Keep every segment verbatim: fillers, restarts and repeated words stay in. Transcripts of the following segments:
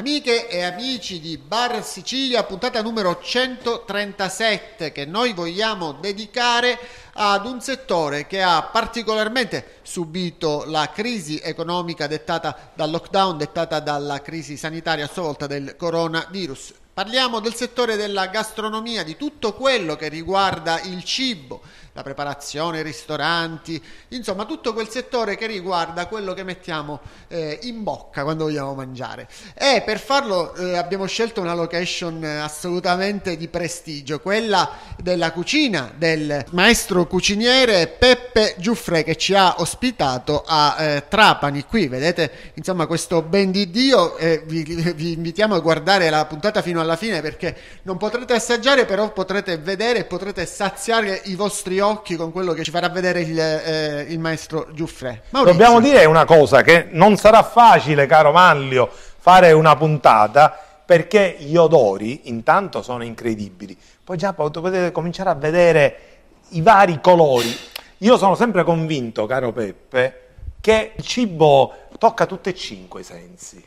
Amiche e amici di Bar Sicilia, puntata numero centotrentasette che noi vogliamo dedicare ad un settore che ha particolarmente subito la crisi economica dettata dal lockdown, dettata dalla crisi sanitaria a sua volta del coronavirus. Parliamo del settore della gastronomia, di tutto quello che riguarda il cibo, la preparazione, i ristoranti, insomma tutto quel settore che riguarda quello che mettiamo eh, in bocca quando vogliamo mangiare. E per farlo eh, abbiamo scelto una location assolutamente di prestigio, quella della cucina del maestro cuciniere Peppe Giuffre, che ci ha ospitato a eh, Trapani. Qui vedete insomma questo ben di Dio, eh, vi, vi invitiamo a guardare la puntata fino alla fine, perché non potrete assaggiare, però potrete vedere e potrete saziare i vostri occhi con quello che ci farà vedere il, eh, il maestro Giuffre. Maurizio. Dobbiamo dire una cosa, che non sarà facile, caro Manlio, fare una puntata, perché gli odori intanto sono incredibili, poi già potete cominciare a vedere i vari colori. Io sono sempre convinto, caro Peppe, che il cibo tocca tutti e cinque i sensi,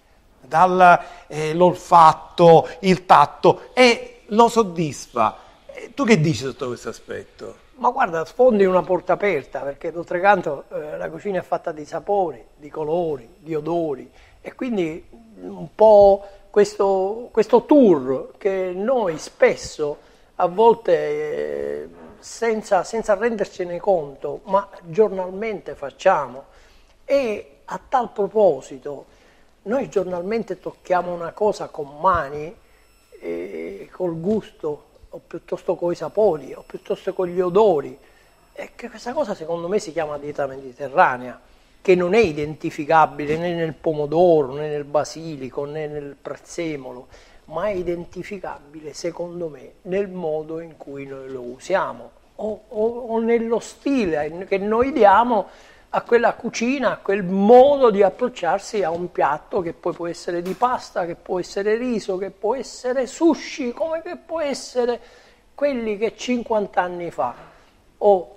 dall'olfatto, eh, il tatto, e lo soddisfa. E tu che dici sotto questo aspetto? Ma guarda, sfondi una porta aperta, perché d'oltrecanto eh, la cucina è fatta di sapori, di colori, di odori, e quindi un po' questo, questo tour che noi spesso, a volte eh, senza, senza rendercene conto, ma giornalmente facciamo. E a tal proposito, noi giornalmente tocchiamo una cosa con mani, eh, col gusto, o piuttosto con i sapori, o piuttosto con gli odori. E che questa cosa secondo me si chiama dieta mediterranea, che non è identificabile né nel pomodoro, né nel basilico, né nel prezzemolo, ma è identificabile secondo me nel modo in cui noi lo usiamo, o, o, o nello stile che noi diamo a quella cucina, a quel modo di approcciarsi a un piatto che poi può essere di pasta, che può essere riso, che può essere sushi, come che può essere quelli che cinquanta anni fa o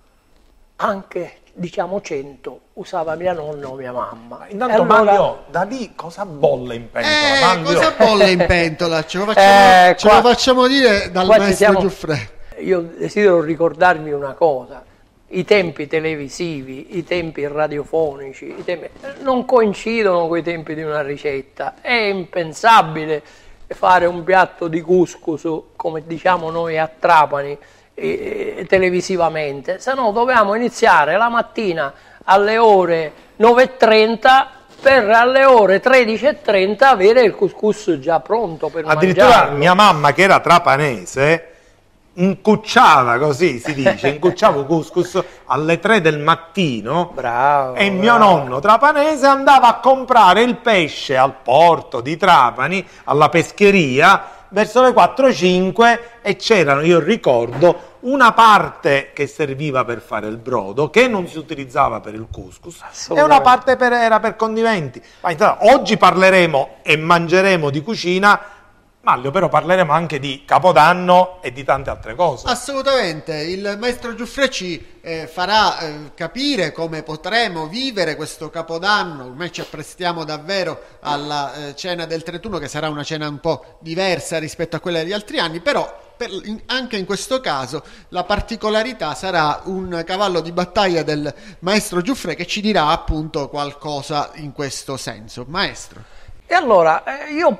anche diciamo cento usava mia nonna o mia mamma. Intanto allora... Manlio, da lì cosa bolle in pentola? Eh, Manlio. cosa bolle in pentola? Ce lo facciamo, eh, ce qua, lo facciamo dire dal maestro siamo... Giuffre. Io desidero ricordarmi una cosa: i tempi televisivi, i tempi radiofonici, i tempi non coincidono con i tempi di una ricetta. È impensabile fare un piatto di couscous, come diciamo noi a Trapani, eh, televisivamente, se no dovevamo iniziare la mattina alle ore nove e trenta per alle ore tredici e trenta avere il couscous già pronto per mangiare. Addirittura mia mamma, che era trapanese, incucciava, così si dice, incucciavo couscous alle tre del mattino. Bravo, e bravo. Mio nonno trapanese andava a comprare il pesce al porto di Trapani, alla pescheria, verso le quattro cinque, e c'erano, io ricordo, una parte che serviva per fare il brodo, che non si utilizzava per il couscous, e una parte per, era per condimenti. Ma oggi parleremo e mangeremo di cucina, Manlio, però parleremo anche di Capodanno e di tante altre cose. Assolutamente, il maestro Giuffre ci eh, farà eh, capire come potremo vivere questo Capodanno. Ormai ci apprestiamo davvero alla eh, cena del trentuno, che sarà una cena un po' diversa rispetto a quella degli altri anni, però per, in, anche in questo caso la particolarità sarà un cavallo di battaglia del maestro Giuffre, che ci dirà appunto qualcosa in questo senso. Maestro. E allora io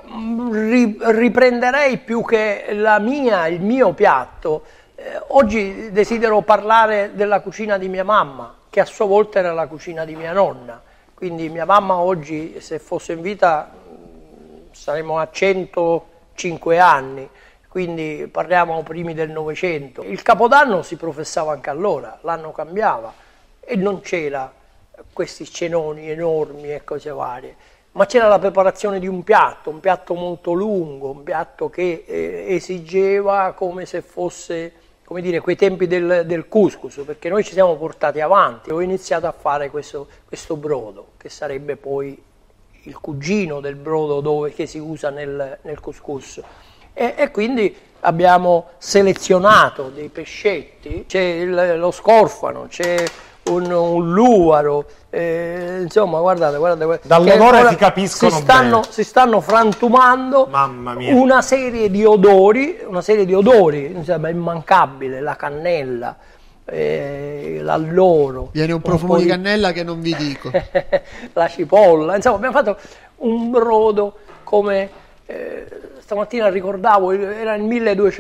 riprenderei più che la mia, il mio piatto. Eh, oggi desidero parlare della cucina di mia mamma, che a sua volta era la cucina di mia nonna. Quindi mia mamma oggi, se fosse in vita, saremmo a centocinque anni, quindi parliamo primi del Novecento. Il Capodanno si professava anche allora, l'anno cambiava e non c'era questi cenoni enormi e cose varie. Ma c'era la preparazione di un piatto, un piatto molto lungo, un piatto che eh, esigeva come se fosse, come dire, quei tempi del, del couscous, perché noi ci siamo portati avanti. Ho iniziato a fare questo, questo brodo, che sarebbe poi il cugino del brodo dove, che si usa nel, nel couscous. E, e quindi abbiamo selezionato dei pescetti, c'è il, lo scorfano, c'è un, un luaro, eh, insomma guardate, guardate, dall'odore si capiscono si stanno, bene. si stanno frantumando Mamma mia. una serie di odori, una serie di odori, insomma, immancabile, la cannella, eh, l'alloro. Viene un profumo un di di... cannella che non vi dico. la cipolla, insomma abbiamo fatto un brodo come eh, stamattina ricordavo, era il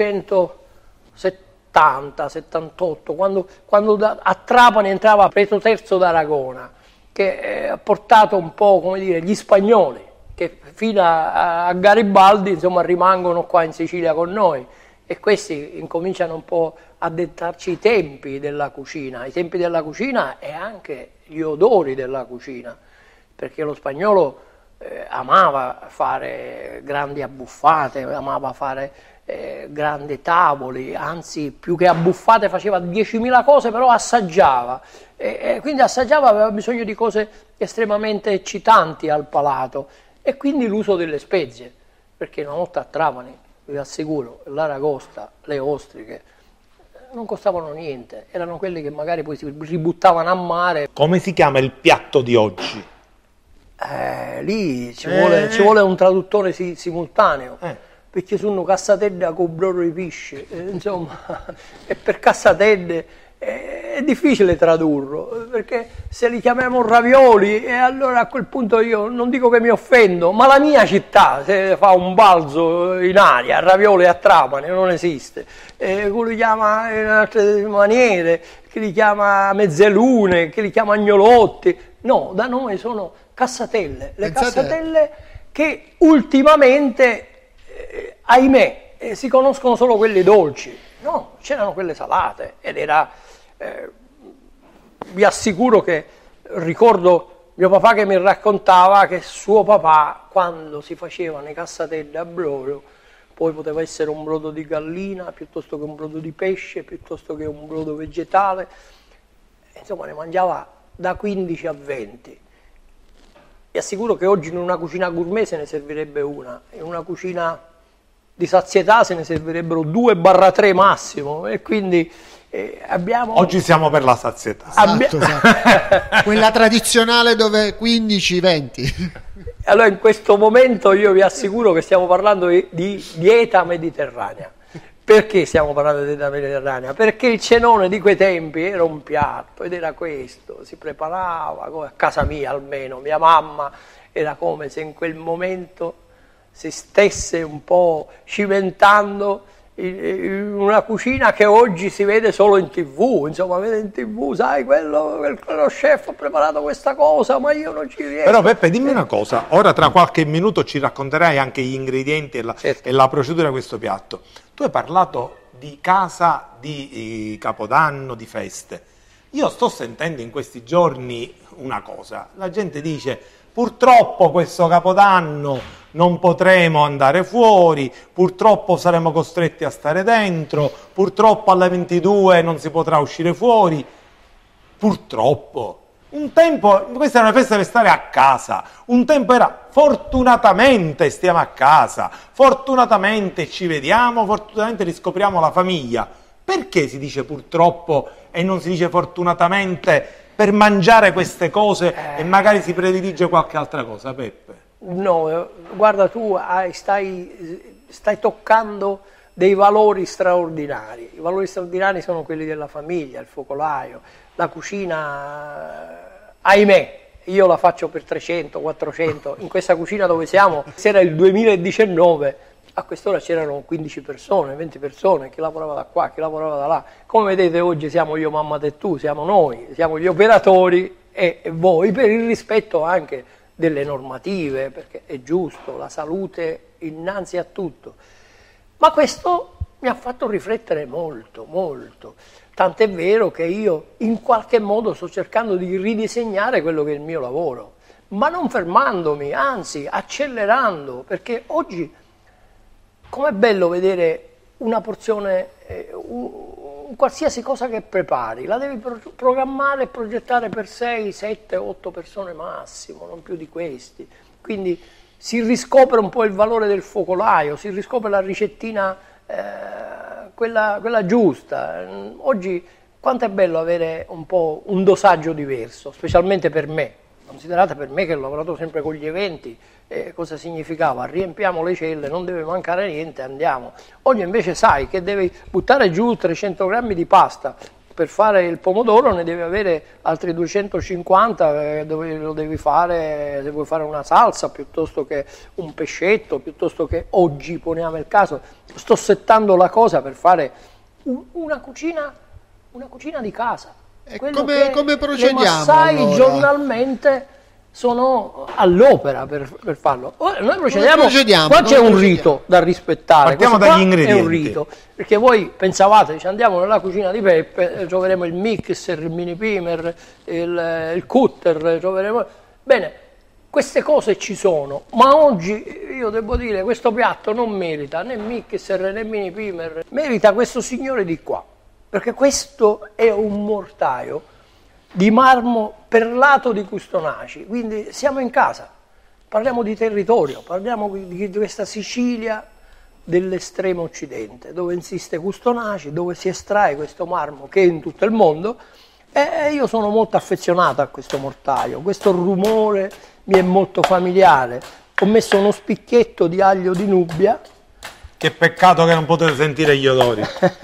milleduecentosettanta settantotto, quando, quando da, a Trapani entrava Pietro terzo d'Aragona, che eh, ha portato un po', come dire, gli spagnoli, che fino a, a Garibaldi insomma rimangono qua in Sicilia con noi, e questi incominciano un po' a dettarci i tempi della cucina, i tempi della cucina e anche gli odori della cucina, perché lo spagnolo eh, amava fare grandi abbuffate, amava fare eh, grandi tavoli, anzi più che abbuffate faceva diecimila cose, però assaggiava, e, e quindi assaggiava, aveva bisogno di cose estremamente eccitanti al palato, e quindi l'uso delle spezie, perché una volta a Trapani, vi assicuro, l'aragosta, le ostriche non costavano niente, erano quelli che magari poi si ributtavano a mare. Come si chiama il piatto di oggi? Eh, lì ci vuole, Eh. ci vuole un traduttore si- simultaneo, Eh. perché sono cassatelle con brodo di pesce, eh, insomma, e per cassatelle eh, è difficile tradurlo, perché se li chiamiamo ravioli, e allora a quel punto io non dico che mi offendo, ma la mia città se fa un balzo in aria, ravioli a Trapani non esiste, eh, quello li chiama in altre maniere, che li chiama mezzelune, che li chiama agnolotti, no, da noi sono cassatelle, le Pensate- cassatelle che ultimamente, eh, ahimè, eh, si conoscono solo quelle dolci, no, c'erano quelle salate, ed era, eh, vi assicuro che ricordo mio papà che mi raccontava che suo papà, quando si facevano i cassatelle a brodo, poi poteva essere un brodo di gallina, piuttosto che un brodo di pesce, piuttosto che un brodo vegetale, insomma ne mangiava da quindici a venti. Vi assicuro che oggi in una cucina gourmet se ne servirebbe una, in una cucina di sazietà se ne servirebbero due barra tre massimo, e quindi eh, abbiamo... Oggi siamo per la sazietà. abbia- Esatto, esatto. Quella tradizionale dove quindici venti. Allora in questo momento io vi assicuro che stiamo parlando di, di dieta mediterranea. Perché stiamo parlando di dieta mediterranea? Perché il cenone di quei tempi era un piatto, ed era questo, si preparava, come a casa mia almeno, mia mamma, era come se in quel momento si stesse un po' cimentando in in una cucina che oggi si vede solo in tv, insomma, vede in tv, sai, quello, quello chef ha preparato questa cosa, ma io non ci riesco. Però Peppe, dimmi una cosa, ora tra qualche minuto ci racconterai anche gli ingredienti e la, Certo. e la procedura di questo piatto. Tu hai parlato di casa di eh, Capodanno, di feste. Io sto sentendo in questi giorni una cosa, la gente dice purtroppo questo Capodanno non potremo andare fuori, purtroppo saremo costretti a stare dentro, purtroppo alle ventidue non si potrà uscire fuori, purtroppo. Un tempo, questa era una festa per stare a casa, un tempo era fortunatamente stiamo a casa, fortunatamente ci vediamo, fortunatamente riscopriamo la famiglia. Perché si dice purtroppo e non si dice fortunatamente per mangiare queste cose e magari si predilige qualche altra cosa, Peppe? No, eh, guarda, tu hai- stai, stai toccando dei valori straordinari. I valori straordinari sono quelli della famiglia, il focolaio, la cucina, eh, ahimè, io la faccio per trecento, quattrocento, in questa cucina dove siamo, se era il duemiladiciannove, a quest'ora c'erano quindici persone, venti persone, chi lavorava da qua, chi lavorava da là. Come vedete oggi siamo io, mamma e tu, siamo noi, siamo gli operatori e, e voi, per il rispetto anche delle normative, perché è giusto, la salute innanzi a tutto. Ma questo mi ha fatto riflettere molto, molto. Tant'è vero che io in qualche modo sto cercando di ridisegnare quello che è il mio lavoro, ma non fermandomi, anzi accelerando, perché oggi com'è bello vedere una porzione, eh, un, un qualsiasi cosa che prepari, la devi pro- programmare e progettare per sei, sette, otto persone massimo, non più di questi. Quindi si riscopre un po' il valore del focolaio, si riscopre la ricettina, eh, quella, quella giusta. Oggi quanto è bello avere un po' un dosaggio diverso, specialmente per me. Considerate per me che ho lavorato sempre con gli eventi, eh, cosa significava? Riempiamo le celle, non deve mancare niente, andiamo. Oggi invece sai che devi buttare giù trecento grammi di pasta, per fare il pomodoro ne devi avere altri duecentocinquanta, eh, dove lo devi fare, se vuoi fare una salsa, piuttosto che un pescetto, piuttosto che oggi, poniamo il caso, sto settando la cosa per fare un, una cucina, una cucina di casa. E come, come procediamo? Le massai allora? giornalmente sono all'opera per, per farlo. Noi procediamo, procediamo? qua c'è Come un procediamo? rito da rispettare. Partiamo Questo dagli qua ingredienti. È un rito, perché voi pensavate, dice, andiamo nella cucina di Peppe, eh, troveremo il mixer, il mini pimer, il, il cutter, troveremo... Bene, queste cose ci sono, ma oggi io devo dire questo piatto non merita né mixer né mini pimer, merita questo signore di qua, perché questo è un mortaio di marmo perlato di Custonaci, quindi siamo in casa, parliamo di territorio, parliamo di questa Sicilia dell'estremo occidente, dove insiste Custonaci, dove si estrae questo marmo che è in tutto il mondo, e io sono molto affezionato a questo mortaio, questo rumore mi è molto familiare. Ho messo uno spicchietto di aglio di Nubia. Che peccato che non potete sentire gli odori.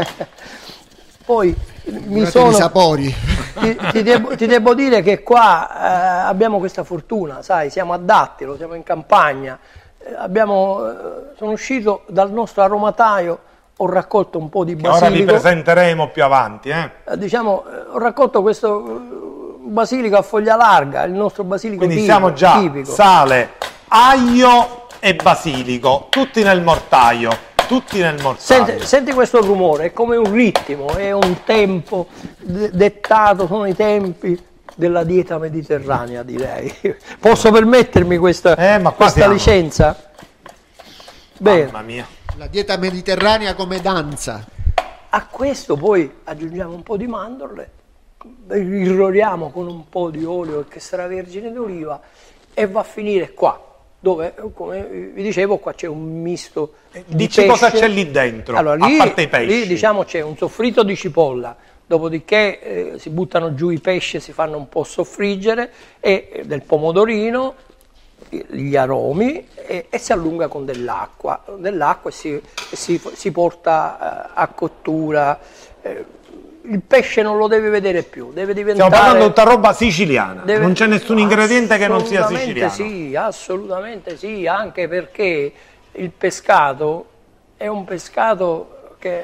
Poi mi sono, sapori. Ti, ti, devo, ti devo dire che qua eh, abbiamo questa fortuna, sai, siamo a Dattilo, siamo in campagna, eh, abbiamo, eh, sono uscito dal nostro aromataio, ho raccolto un po' di basilico. Ora vi presenteremo più avanti. Eh? Eh, diciamo, eh, ho raccolto questo eh, basilico a foglia larga, il nostro basilico Quindi tipico, siamo già tipico. Sale, aglio e basilico, tutti nel mortaio. Tutti nel mortaio. Senti, senti questo rumore, è come un ritmo, è un tempo de- dettato, sono i tempi della dieta mediterranea, direi. Posso permettermi questa, Eh, ma qua questa siamo. licenza? Bene. Mamma mia. La dieta mediterranea come danza. A questo poi aggiungiamo un po' di mandorle, irroriamo con un po' di olio extravergine d'oliva e va a finire qua, dove, come vi dicevo, qua c'è un misto di Dici pesce. cosa c'è lì dentro, Allora, lì, a parte i pesci. lì diciamo c'è un soffritto di cipolla, dopodiché eh, si buttano giù i pesci, si fanno un po' soffriggere, e eh, del pomodorino, gli aromi, e, e si allunga con dell'acqua, dell'acqua e si, e si, si porta eh, a cottura. Eh, il pesce non lo devi vedere più, deve diventare... Stiamo parlando di tutta roba siciliana, deve- non c'è nessun ingrediente che non sia Assolutamente siciliano. Sì, assolutamente sì, anche perché il pescato è un pescato che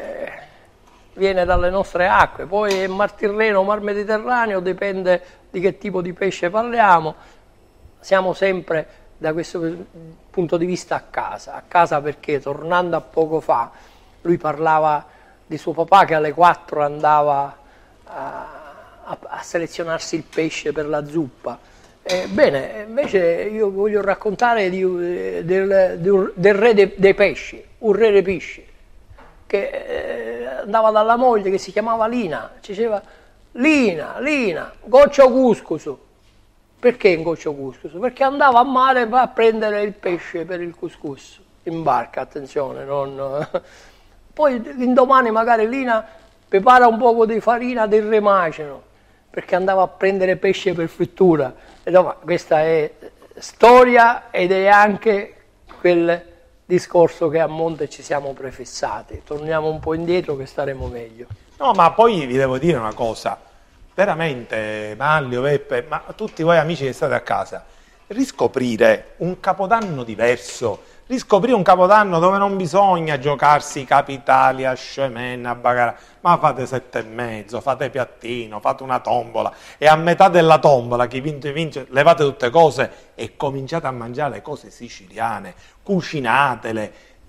viene dalle nostre acque, poi è Mar Tirreno o Mar Mediterraneo, dipende di che tipo di pesce parliamo. Siamo sempre da questo punto di vista a casa, a casa perché, tornando a poco fa, lui parlava di suo papà che alle quattro andava a, a, a selezionarsi il pesce per la zuppa. Eh, bene, invece io voglio raccontare di, del, del, del re de, dei pesci, un re dei pesci, che eh, andava dalla moglie che si chiamava Lina, ci diceva Lina, Lina, goccio cuscusu. Perché in goccio cuscus? Perché andava a mare a prendere il pesce per il couscous, in barca, attenzione, non... Poi l'indomani magari Lina prepara un poco di farina del remacino, perché andava a prendere pesce per frittura. E no, ma questa è storia ed è anche quel discorso che a monte ci siamo prefissati. Torniamo un po' indietro che staremo meglio. No, ma poi vi devo dire una cosa, veramente, Manlio, Peppe, ma tutti voi amici che state a casa, riscoprire un capodanno diverso, riscoprire un capodanno dove non bisogna giocarsi i capitali a scemenna, a bagarà, ma fate sette e mezzo, fate piattino, fate una tombola e a metà della tombola chi vince vince, levate tutte cose e cominciate a mangiare le cose siciliane, cucinatele,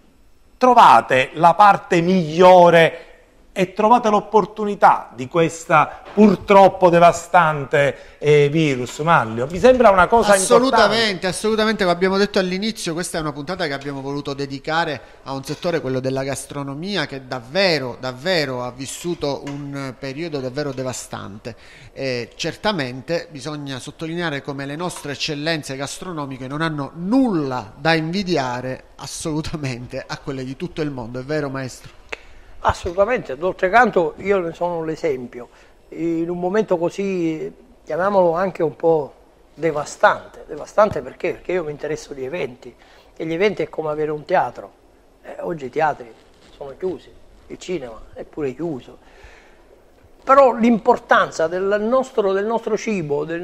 trovate la parte migliore e trovate l'opportunità di questa purtroppo devastante eh, virus. Manlio, mi sembra una cosa assolutamente, importante. assolutamente, come abbiamo detto all'inizio, questa è una puntata che abbiamo voluto dedicare a un settore, quello della gastronomia, che davvero, davvero ha vissuto un periodo davvero devastante. E certamente bisogna sottolineare come le nostre eccellenze gastronomiche non hanno nulla da invidiare assolutamente a quelle di tutto il mondo, è vero maestro? Assolutamente, d'altro canto io ne sono l'esempio. in un momento così, chiamiamolo anche un po' devastante, devastante perché? Perché io mi interesso di eventi e gli eventi è come avere un teatro, eh, oggi i teatri sono chiusi, il cinema è pure chiuso, però l'importanza del nostro, del nostro cibo, del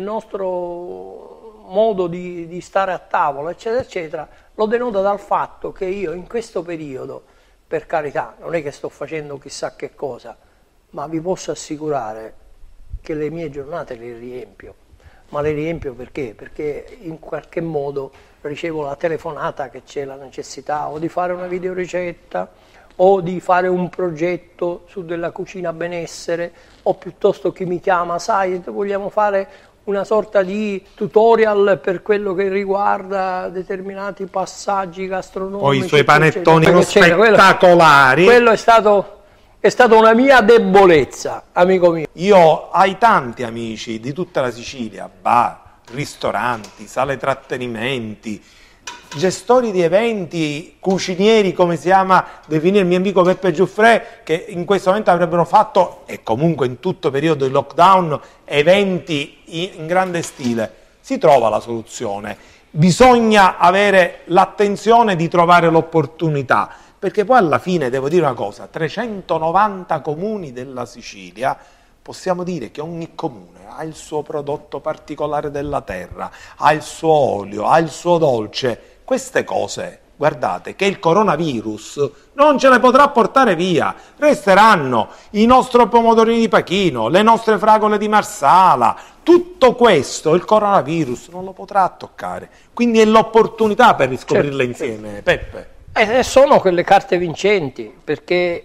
nostro modo di, di stare a tavola, eccetera, eccetera, lo denota dal fatto che io in questo periodo, per carità, non è che sto facendo chissà che cosa, ma vi posso assicurare che le mie giornate le riempio. Ma le riempio perché? Perché in qualche modo ricevo la telefonata che c'è la necessità o di fare una videoricetta o di fare un progetto su della cucina benessere, o piuttosto chi mi chiama, sai, vogliamo fare una sorta di tutorial per quello che riguarda determinati passaggi gastronomici. Poi i suoi panettoni eccetera. spettacolari. Quello, quello è stato... È stata una mia debolezza, amico mio. Io ai tanti amici di tutta la Sicilia, bar, ristoranti, sale trattenimenti, gestori di eventi, cucinieri, come si ama definire il mio amico Peppe Giuffre, che in questo momento avrebbero fatto, e comunque in tutto periodo di lockdown, eventi in grande stile. Si trova la soluzione. Bisogna avere l'attenzione di trovare l'opportunità. Perché poi alla fine, devo dire una cosa, trecentonovanta comuni della Sicilia, possiamo dire che ogni comune ha il suo prodotto particolare della terra, ha il suo olio, ha il suo dolce. Queste cose, guardate, che il coronavirus non ce le potrà portare via. Resteranno i nostri pomodorini di Pachino, le nostre fragole di Marsala. Tutto questo il coronavirus non lo potrà toccare. Quindi è l'opportunità per riscoprirle certo, insieme, Peppe. E sono quelle carte vincenti, perché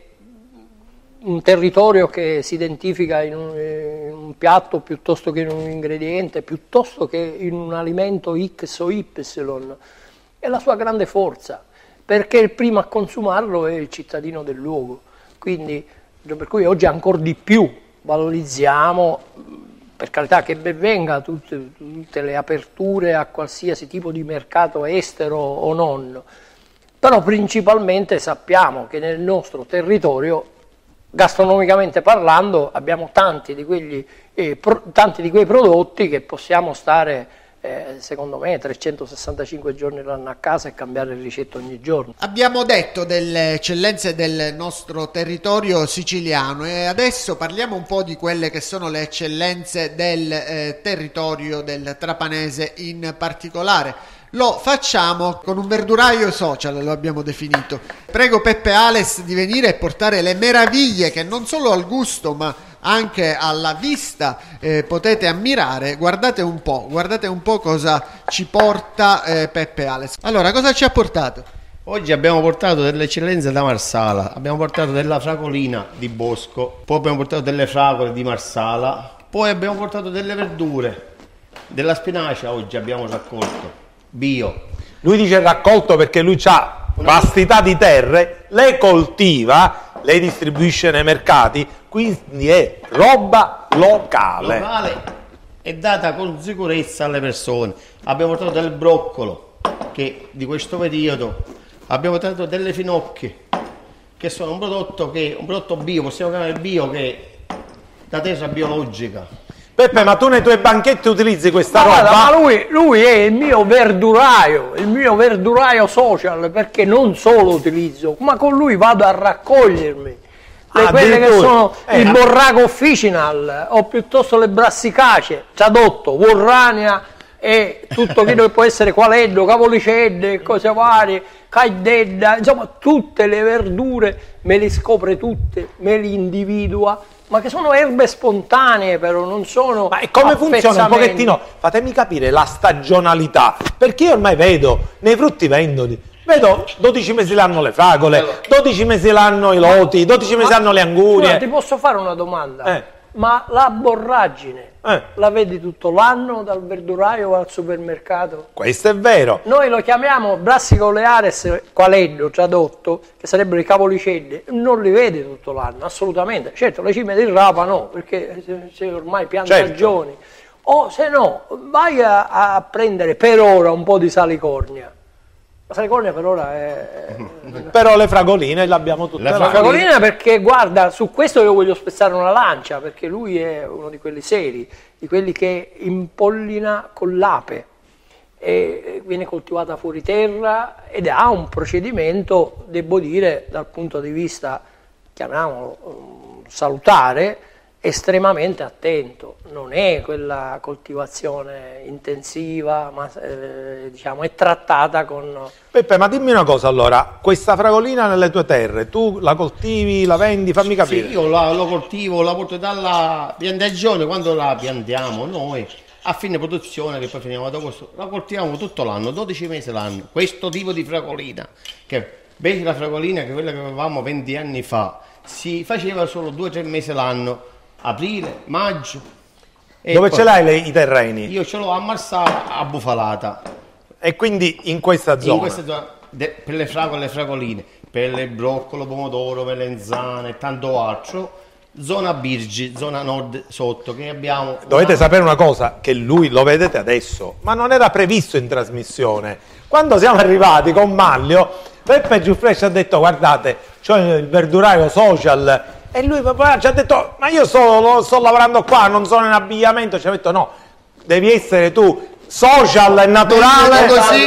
un territorio che si identifica in un, in un piatto piuttosto che in un ingrediente, piuttosto che in un alimento X o Y, è la sua grande forza, perché il primo a consumarlo è il cittadino del luogo. Quindi, per cui oggi ancora di più valorizziamo, per carità che ben venga, tutte, tutte le aperture a qualsiasi tipo di mercato estero o non, però principalmente sappiamo che nel nostro territorio, gastronomicamente parlando, abbiamo tanti di, quegli, eh, pro, tanti di quei prodotti che possiamo stare, eh, secondo me, trecentosessantacinque giorni l'anno a casa e cambiare ricetta ogni giorno. Abbiamo detto delle eccellenze del nostro territorio siciliano e adesso parliamo un po' di quelle che sono le eccellenze del eh, territorio del trapanese in particolare. Lo facciamo con un verduraio social, lo abbiamo definito. Prego Peppe Ales di venire e portare le meraviglie che non solo al gusto ma anche alla vista eh, potete ammirare. Guardate un po', guardate un po' cosa ci porta eh, Peppe Ales. Allora, cosa ci ha portato? Oggi abbiamo portato delle eccellenze da Marsala, abbiamo portato della fragolina di Bosco, poi abbiamo portato delle fragole di Marsala, poi abbiamo portato delle verdure, della spinacia oggi abbiamo raccolto. Bio. Lui dice raccolto perché lui ha vastità di terre, le coltiva, le distribuisce nei mercati, quindi è roba locale. Locale è data con sicurezza alle persone. Abbiamo portato del broccolo, che di questo periodo, abbiamo portato delle finocchie, che sono un prodotto, che, un prodotto bio, possiamo chiamare bio, che è da terra biologica. Peppe, ma tu nei tuoi banchetti utilizzi questa ma roba? Guarda, ma lui, lui è il mio verduraio, il mio verduraio social, perché non solo utilizzo, ma con lui vado a raccogliermi le, ah, quelle che sono eh, il borraco officinal o piuttosto le brassicacee, tradotto, vorrania e tutto quello che può essere qualeddo, capolicedde, cose varie, caidedda, insomma tutte le verdure me le scopre tutte, me le individua. Ma che sono erbe spontanee, però non sono. Ma e come funziona un pochettino? Fatemi capire la stagionalità, perché io ormai vedo nei frutti vendoli, vedo dodici mesi l'anno le fragole, dodici mesi l'anno i loti, dodici mesi l'anno le angurie. Scusa, ti posso fare una domanda? Eh. Ma la borragine Eh. la vedi tutto l'anno dal verduraio al supermercato? Questo è vero. Noi lo chiamiamo brassica olearis qualeddo tradotto, che sarebbero i capoliceddi, non li vedi tutto l'anno, assolutamente. Certo, le cime del rapa no, perché c'è ormai piantagioni. Certo. O se no, vai a, a prendere per ora un po' di salicornia. La Salicornia per ora è... Però le fragoline le abbiamo tutte. La La fragolina perché, guarda, su questo io voglio spezzare una lancia, perché lui è uno di quelli seri, di quelli che impollina con l'ape, e viene coltivata fuori terra ed ha un procedimento, devo dire, dal punto di vista, chiamiamolo, salutare, estremamente attento. Non è quella coltivazione intensiva, ma eh, diciamo è trattata con... Peppe, ma dimmi una cosa allora, questa fragolina nelle tue terre, tu la coltivi, la vendi, fammi capire. Sì, io la, lo coltivo, la porto dalla piantagione, quando la piantiamo noi, a fine produzione, che poi finiamo ad agosto, la coltiviamo tutto l'anno, dodici mesi l'anno, questo tipo di fragolina, che invece la fragolina, che quella che avevamo venti anni fa, si faceva solo due tre mesi l'anno, aprile, maggio. E Dove poi, ce l'hai le- i terreni? Io ce l'ho a Marsala, a Bufalata. E quindi in questa zona? In questa zona, de- per le fragole, le fragoline, per il broccolo, pomodoro, melenzane e tanto altro, zona Birgi, zona nord sotto, che abbiamo... Dovete una... sapere una cosa, che lui lo vedete adesso, ma non era previsto in trasmissione. Quando siamo arrivati con Manlio, Peppe Giuffre ci ha detto, guardate, c'è il verduraio social, e lui proprio ci ha detto, ma io sto, sto lavorando qua, non sono in abbigliamento, ci ha detto no, devi essere tu social e naturale, Così.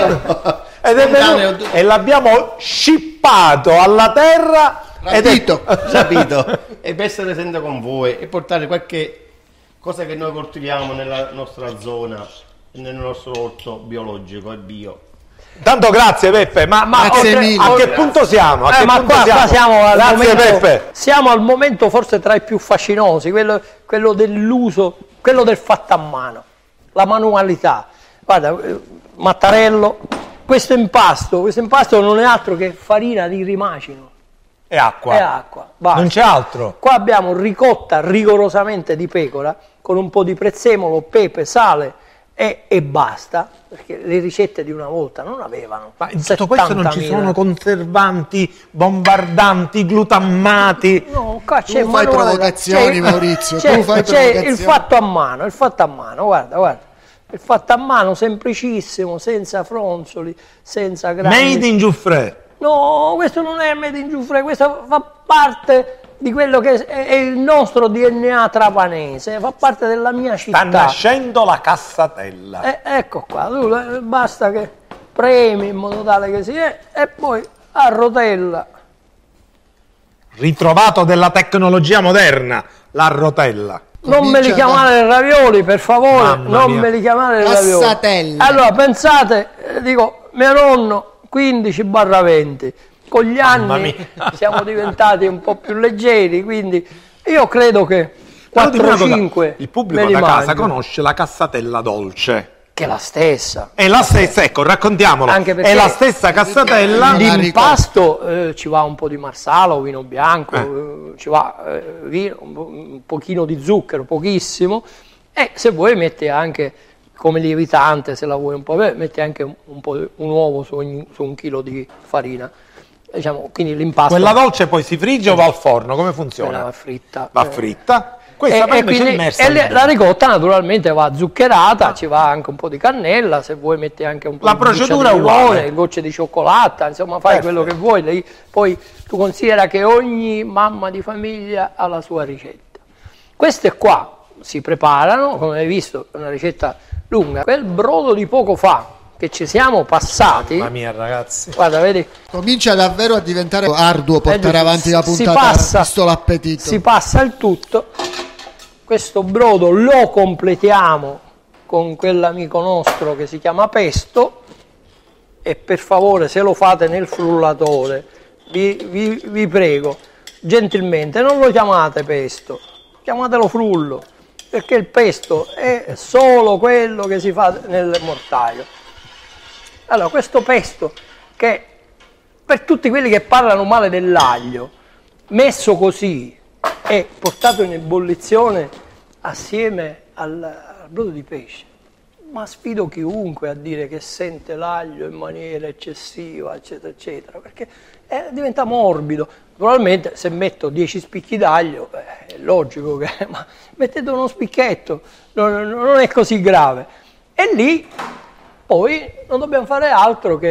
ed è venuto, e l'abbiamo scippato alla terra. Rapito. Capito? E per essere sempre con voi e portare qualche cosa che noi coltiviamo nella nostra zona, nel nostro orto biologico e bio. Tanto grazie Peppe, ma, ma Grazie oltre- mille. a che punto siamo? A Eh, che ma punto qua, siamo? qua siamo, al Grazie momento, Peppe. siamo al momento forse tra i più fascinosi, quello, quello dell'uso, quello del fatto a mano, la manualità. Guarda, eh, Mattarello, questo impasto, questo impasto non è altro che farina di rimacino E acqua. e acqua. Basta. Non c'è altro. Qua abbiamo ricotta rigorosamente di pecora con un po' di prezzemolo, pepe, sale e, e basta, perché le ricette di una volta non avevano. Ma in tutto questo non ci sono conservanti, bombardanti, glutammati. No, qua c'è Tu fai manuale- provocazioni, c'è- Maurizio, c'è- tu fai c'è provocazioni. il fatto a mano, il fatto a mano, guarda, guarda. Il fatto a mano semplicissimo, senza fronzoli, senza grandi... Made in Giuffre. No, questo non è made in Giuffre, questo fa parte di quello che è è il nostro D N A trapanese, fa parte della mia Sta città. nascendo la cassatella. Eh, ecco qua, tu, eh, basta che premi in modo tale che si è e poi a rotella. Ritrovato della tecnologia moderna, la rotella. Non me li Comincia chiamate ravioli, per favore, Mamma non mia. me li chiamate ravioli. Cassatelle. Allora, pensate, eh, dico, mio nonno quindici barra venti, con gli Mamma anni mia. siamo diventati un po' più leggeri, quindi io credo che Però dimmi una cosa, quattro cinque il pubblico me li da casa mangio, conosce la cassatella dolce. che è la stessa. È la stessa, ecco, raccontiamolo. Anche perché è la stessa cassatella. La ricordo. L'impasto eh, ci va un po' di marsala o vino bianco, eh, ci va eh, vino, un, po- un pochino di zucchero, pochissimo, e se vuoi metti anche come lievitante, se la vuoi un po', beh, metti anche un, un po' di- un uovo su, ogni- su un chilo di farina. Diciamo, quindi l'impasto Quella dolce poi si frigge o va al forno? Come quella funziona? va fritta. Va eh. fritta. Questa E, poi e invece è quindi- immersa e in le- burro. la ricotta naturalmente va zuccherata, ci va anche un po' di cannella, se vuoi metti anche un po' La di buccia procedura di è uguale. limone, gocce di cioccolata, insomma fai Perfetto. quello che vuoi. Lei- poi tu considera che ogni mamma di famiglia ha la sua ricetta. Queste qua si preparano, come hai visto, è una ricetta lunga. Quel brodo di poco fa che ci siamo passati, Mamma mia, ragazzi. guarda, vedi, Comincia davvero a diventare arduo portare Eh, avanti la si puntata, passa- visto l'appetito. si passa il tutto. Questo brodo lo completiamo con quell'amico nostro che si chiama pesto, e per favore, se lo fate nel frullatore, vi, vi- vi prego, gentilmente non lo chiamate pesto, chiamatelo frullo, perché il pesto è solo quello che si fa nel mortaio. Allora, questo pesto, che per tutti quelli che parlano male dell'aglio, messo così e portato in ebollizione assieme al, al brodo di pesce, ma sfido chiunque a dire che sente l'aglio in maniera eccessiva, eccetera, eccetera, perché eh, diventa morbido. Naturalmente se metto dieci spicchi d'aglio, eh, è logico che, ma mettete uno spicchetto, non, non è così grave. E lì poi non dobbiamo fare altro che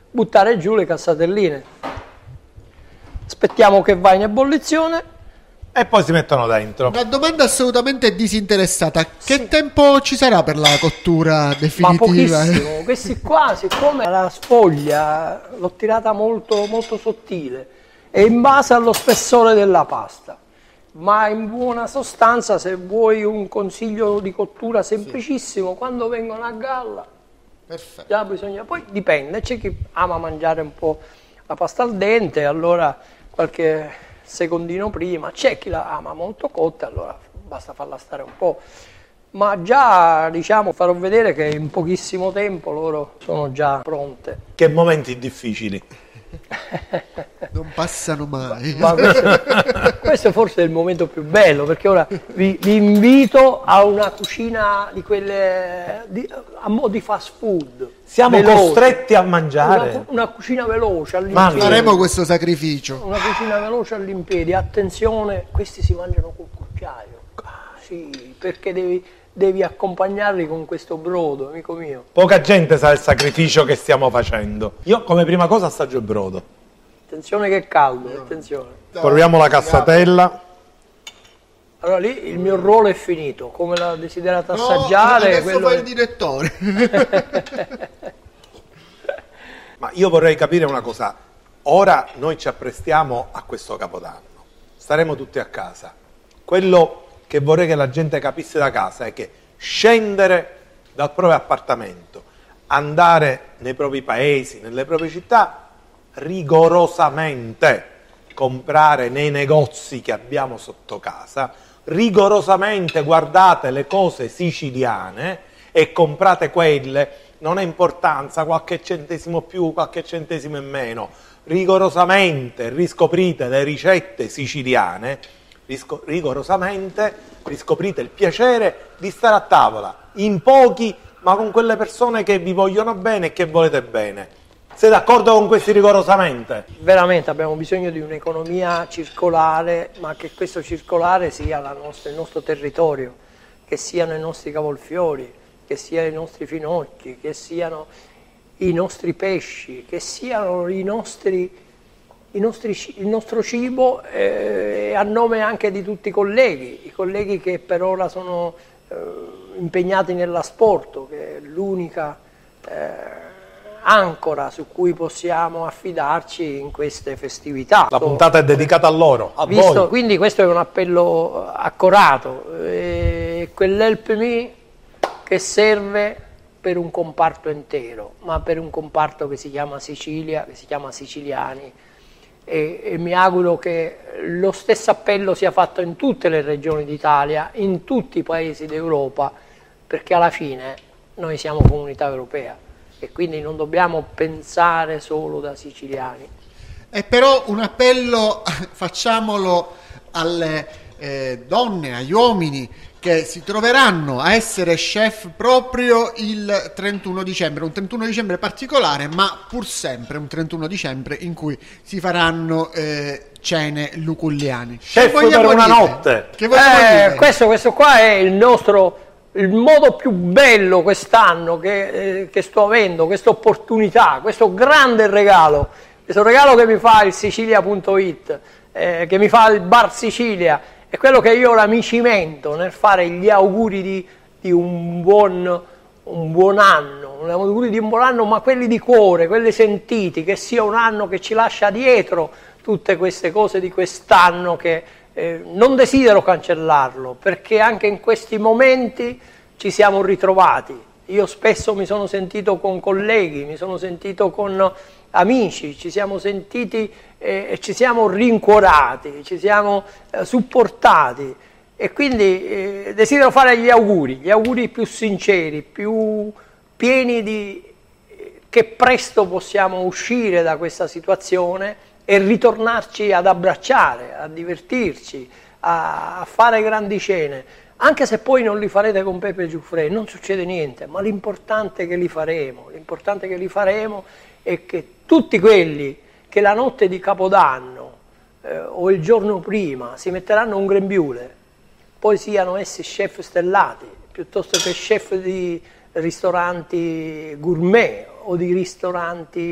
buttare giù le cassatelline. Aspettiamo che va in ebollizione. E poi si mettono dentro. Una domanda assolutamente disinteressata. Che Sì. tempo ci sarà per la cottura Ma definitiva? pochissimo. Questi qua, siccome la sfoglia l'ho tirata molto, molto sottile, è in base allo spessore della pasta. Ma in buona sostanza, se vuoi un consiglio di cottura semplicissimo, quando vengono a galla, Perfetto. già bisogna, poi dipende, c'è chi ama mangiare un po' la pasta al dente, allora qualche secondino prima, c'è chi la ama molto cotta, allora basta farla stare un po', ma già diciamo farò vedere che in pochissimo tempo loro sono già pronte. Che momenti difficili. Non passano mai. Ma questo, questo forse è il momento più bello, perché ora vi, vi invito a una cucina di quelle di, a mo' di fast food. Siamo veloce. costretti a mangiare. Una, una cucina veloce Ma all'impiedi. Faremo questo sacrificio. Una cucina veloce all'impiedi. Attenzione, questi si mangiano col cucchiaio. Sì, perché devi, devi accompagnarli con questo brodo, amico mio. Poca gente sa il sacrificio che stiamo facendo. Io come prima cosa assaggio il brodo. Attenzione che è caldo, attenzione. Proviamo la cassatella. Allora lì il mio ruolo è finito, come l'ha desiderato No, assaggiare. adesso quello fa è- il direttore. Ma io vorrei capire una cosa. Ora noi ci apprestiamo a questo Capodanno. Staremo tutti a casa. Quello che vorrei che la gente capisse da casa è che scendere dal proprio appartamento, andare nei propri paesi, nelle proprie città, rigorosamente comprare nei negozi che abbiamo sotto casa, rigorosamente guardate le cose siciliane e comprate quelle, non ha importanza qualche centesimo più, qualche centesimo in meno, rigorosamente riscoprite le ricette siciliane, risco- rigorosamente riscoprite il piacere di stare a tavola, in pochi, ma con quelle persone che vi vogliono bene e che volete bene. Sei d'accordo con questi rigorosamente? Veramente abbiamo bisogno di un'economia circolare, ma che questo circolare sia la nostra- il nostro territorio, che siano i nostri cavolfiori, che siano i nostri finocchi, che siano i nostri pesci, che siano i nostri, i nostri ci- il nostro cibo, eh, a nome anche di tutti i colleghi, i colleghi che per ora sono eh, impegnati nell'asporto, che è l'unica eh, ancora su cui possiamo affidarci in queste festività. La puntata è dedicata a loro, a Visto- voi. Quindi questo è un appello accorato, eh, quell'help me che serve per un comparto intero, ma per un comparto che si chiama Sicilia, che si chiama Siciliani, e, e mi auguro che lo stesso appello sia fatto in tutte le regioni d'Italia, in tutti i paesi d'Europa, perché alla fine noi siamo comunità europea e quindi non dobbiamo pensare solo da siciliani. E però un appello facciamolo alle eh, donne, agli uomini che si troveranno a essere chef proprio il trentuno dicembre, un trentuno dicembre particolare, ma pur sempre un trentuno dicembre in cui si faranno eh, cene luculliane. Chef Che vogliamo per una dire? notte. Che vogliamo Eh, dire? questo, questo qua è il nostro, il modo più bello quest'anno che, eh, che sto avendo, questa opportunità, questo grande regalo, questo regalo che mi fa il Sicilia punto it, eh, che mi fa il Bar Sicilia, è quello che io ora mi cimento nel fare gli auguri di, di un, buon, un buon anno, gli auguri di un buon anno, ma quelli di cuore, quelli sentiti, che sia un anno che ci lascia dietro tutte queste cose di quest'anno che eh, non desidero cancellarlo, perché anche in questi momenti ci siamo ritrovati. Io spesso mi sono sentito con colleghi, mi sono sentito con amici, ci siamo sentiti eh, e ci siamo rincuorati, ci siamo eh, supportati e quindi eh, desidero fare gli auguri, gli auguri più sinceri, più pieni di eh, che presto possiamo uscire da questa situazione e ritornarci ad abbracciare, a divertirci, a, a fare grandi cene. Anche se poi non li farete con Pepe Giuffre, non succede niente, ma l'importante è che li faremo, l'importante è che li faremo è che tutti quelli che la notte di Capodanno eh, o il giorno prima si metteranno un grembiule, poi siano essi chef stellati, piuttosto che chef di ristoranti gourmet o di ristoranti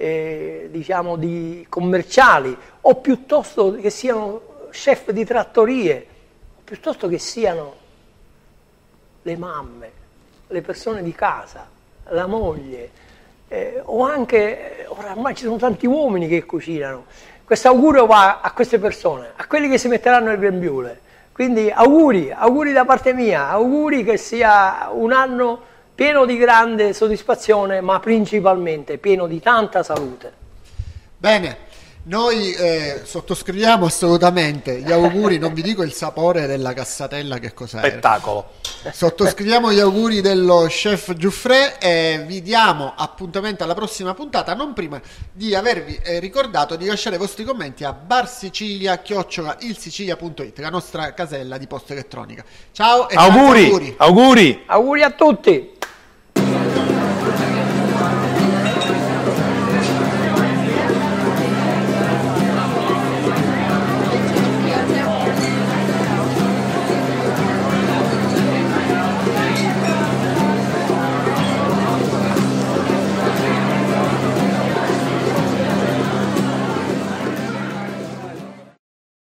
eh, diciamo di commerciali, o piuttosto che siano chef di trattorie, piuttosto che siano le mamme, le persone di casa, la moglie, eh, o anche, ormai ci sono tanti uomini che cucinano. Questo augurio va a queste persone, a quelli che si metteranno il grembiule. Quindi auguri, auguri da parte mia, auguri che sia un anno pieno di grande soddisfazione, ma principalmente pieno di tanta salute. Bene. Noi eh, sottoscriviamo assolutamente gli auguri, non vi dico il sapore della cassatella che cos'è. Spettacolo. Sottoscriviamo gli auguri dello chef Giuffre e vi diamo appuntamento alla prossima puntata, non prima di avervi eh, ricordato di lasciare i vostri commenti a barsicilia chiocciola ilsicilia punto it, la nostra casella di posta elettronica. Ciao e auguri, auguri. Auguri. Auguri a tutti.